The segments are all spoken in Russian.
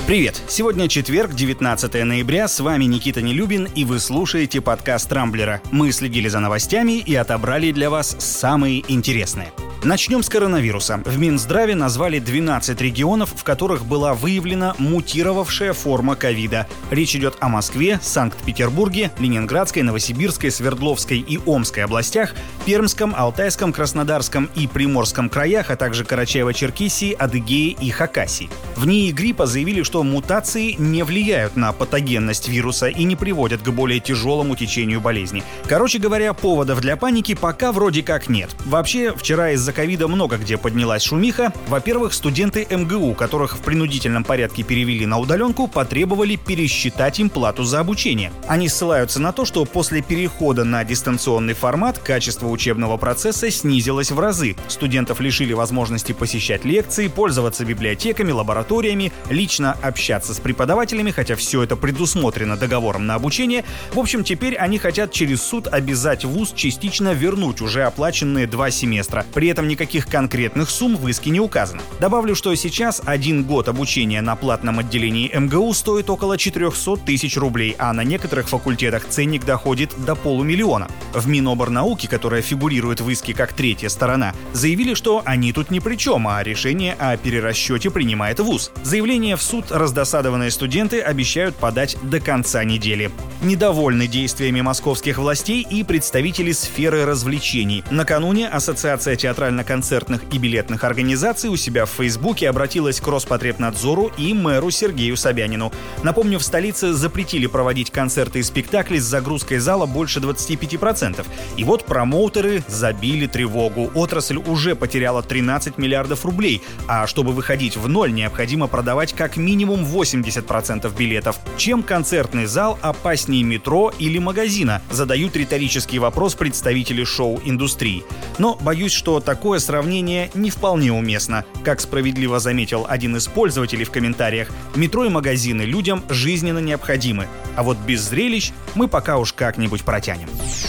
Привет! Сегодня четверг, 19 ноября, с вами Никита Нелюбин, и вы слушаете подкаст Рамблера. Мы следили за новостями и отобрали для вас самые интересные. Начнем с коронавируса. В Минздраве назвали 12 регионов, в которых была выявлена мутировавшая форма ковида. Речь идет о Москве, Санкт-Петербурге, Ленинградской, Новосибирской, Свердловской и Омской областях, Пермском, Алтайском, Краснодарском и Приморском краях, а также Карачаево-Черкесии, Адыгее и Хакасии. В НИИ гриппа заявили, что мутации не влияют на патогенность вируса и не приводят к более тяжелому течению болезни. Короче говоря, поводов для паники пока вроде как нет. Вообще, вчера из-за ковида много где поднялась шумиха. Во-первых, студенты МГУ, которых в принудительном порядке перевели на удаленку, потребовали пересчитать им плату за обучение. Они ссылаются на то, что после перехода на дистанционный формат качество учебного процесса снизилось в разы. Студентов лишили возможности посещать лекции, пользоваться библиотеками, лабораториями, лично общаться с преподавателями, хотя все это предусмотрено договором на обучение. В общем, теперь они хотят через суд обязать вуз частично вернуть уже оплаченные 2 семестра. При этом никаких конкретных сумм в иске не указано. Добавлю, что сейчас 1 год обучения на платном отделении МГУ стоит около 400 тысяч рублей, а на некоторых факультетах ценник доходит до $500 000. В Миноборнауки, которая фигурирует в иске как третья сторона, заявили, что они тут ни при чем, а решение о перерасчете принимает вуз. Заявление в суд раздосадованные студенты обещают подать до конца недели. Недовольны действиями московских властей и представители сферы развлечений. Накануне Ассоциация театрально-концертных и билетных организаций у себя в Фейсбуке обратилась к Роспотребнадзору и мэру Сергею Собянину. Напомню, в столице запретили проводить концерты и спектакли с загрузкой зала больше 25%. И вот промоутеры забили тревогу. Отрасль уже потеряла 13 миллиардов рублей, а чтобы выходить в ноль, необходимо продавать как минимум 80% билетов. Чем концертный зал опаснее метро или магазина? Задают риторический вопрос представители шоу-индустрии. Но боюсь, что такое сравнение не вполне уместно. Как справедливо заметил один из пользователей в комментариях, метро и магазины людям жизненно необходимы. А вот без зрелищ мы пока уж как-нибудь протянем.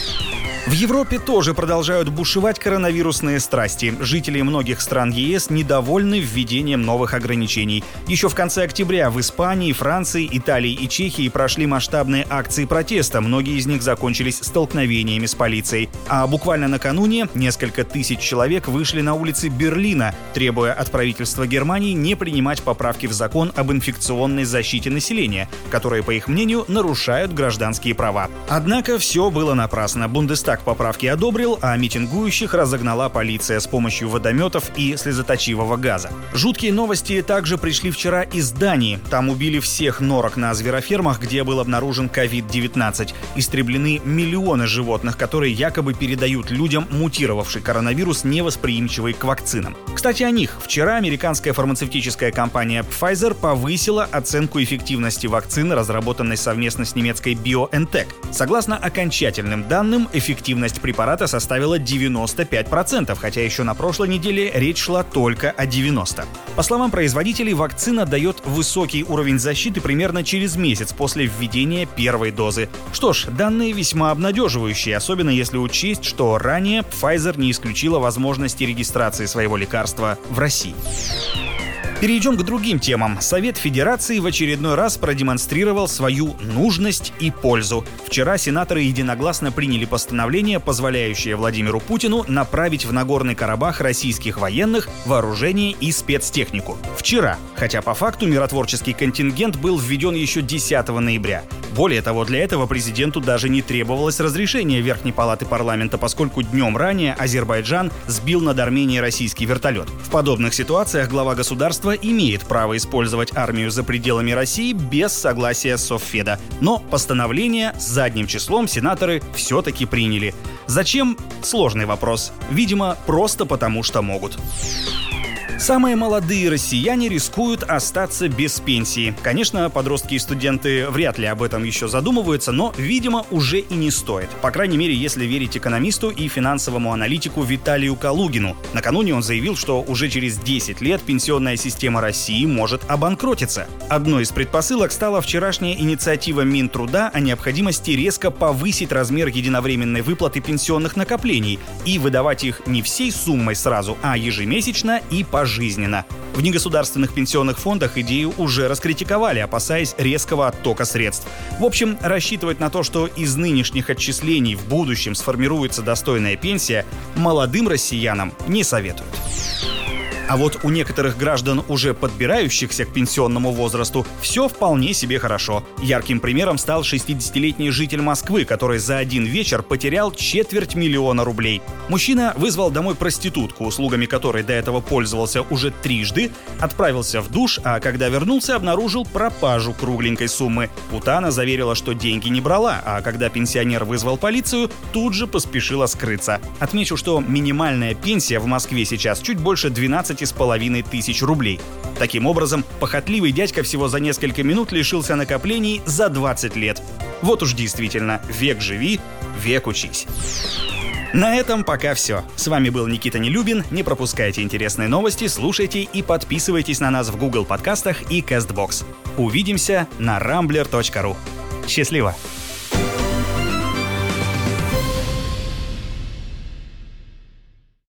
В Европе тоже продолжают бушевать коронавирусные страсти. Жители многих стран ЕС недовольны введением новых ограничений. Еще в конце октября в Испании, Франции, Италии и Чехии прошли масштабные акции протеста. Многие из них закончились столкновениями с полицией. А буквально накануне несколько тысяч человек вышли на улицы Берлина, требуя от правительства Германии не принимать поправки в закон об инфекционной защите населения, которые, по их мнению, нарушают гражданские права. Однако все было напрасно. Бундестаг поправки одобрил, а митингующих разогнала полиция с помощью водометов и слезоточивого газа. Жуткие новости также пришли вчера из Дании. Там убили всех норок на зверофермах, где был обнаружен COVID-19. Истреблены миллионы животных, которые якобы передают людям мутировавший коронавирус, невосприимчивый к вакцинам. Кстати, о них. Вчера американская фармацевтическая компания Pfizer повысила оценку эффективности вакцины, разработанной совместно с немецкой BioNTech. Согласно окончательным данным, эффективность препарата составила 95%, хотя еще на прошлой неделе речь шла только о 90%. По словам производителей, вакцина дает высокий уровень защиты примерно через месяц после введения первой дозы. Что ж, данные весьма обнадеживающие, особенно если учесть, что ранее Pfizer не исключила возможности регистрации своего лекарства в России. Перейдем к другим темам. Совет Федерации в очередной раз продемонстрировал свою нужность и пользу. Вчера сенаторы единогласно приняли постановление, позволяющее Владимиру Путину направить в Нагорный Карабах российских военных, вооружение и спецтехнику. Вчера, хотя по факту миротворческий контингент был введен еще 10 ноября. Более того, для этого президенту даже не требовалось разрешения Верхней Палаты парламента, поскольку днем ранее Азербайджан сбил над Арменией российский вертолет. В подобных ситуациях глава государства имеет право использовать армию за пределами России без согласия Совфеда. Но постановление с задним числом сенаторы все-таки приняли. Зачем? Сложный вопрос. Видимо, просто потому что могут. Самые молодые россияне рискуют остаться без пенсии. Конечно, подростки и студенты вряд ли об этом еще задумываются, но, видимо, уже и не стоит. По крайней мере, если верить экономисту и финансовому аналитику Виталию Калугину. Накануне он заявил, что уже через 10 лет пенсионная система России может обанкротиться. Одной из предпосылок стала вчерашняя инициатива Минтруда о необходимости резко повысить размер единовременной выплаты пенсионных накоплений и выдавать их не всей суммой сразу, а ежемесячно и пожизненно. пожизненно. В негосударственных пенсионных фондах идею уже раскритиковали, опасаясь резкого оттока средств. В общем, рассчитывать на то, что из нынешних отчислений в будущем сформируется достойная пенсия, молодым россиянам не советуют. А вот у некоторых граждан, уже подбирающихся к пенсионному возрасту, все вполне себе хорошо. Ярким примером стал 60-летний житель Москвы, который за один вечер потерял 250 000 рублей. Мужчина вызвал домой проститутку, услугами которой до этого пользовался уже трижды, отправился в душ, а когда вернулся, обнаружил пропажу кругленькой суммы. Путана заверила, что деньги не брала, а когда пенсионер вызвал полицию, тут же поспешила скрыться. Отмечу, что минимальная пенсия в Москве сейчас чуть больше 12,5 тысяч рублей. Таким образом, похотливый дядька всего за несколько минут лишился накоплений за 20 лет. Вот уж действительно, век живи, век учись. На этом пока все. С вами был Никита Нелюбин. Не пропускайте интересные новости, слушайте и подписывайтесь на нас в Google подкастах и CastBox. Увидимся на rambler.ru. Счастливо!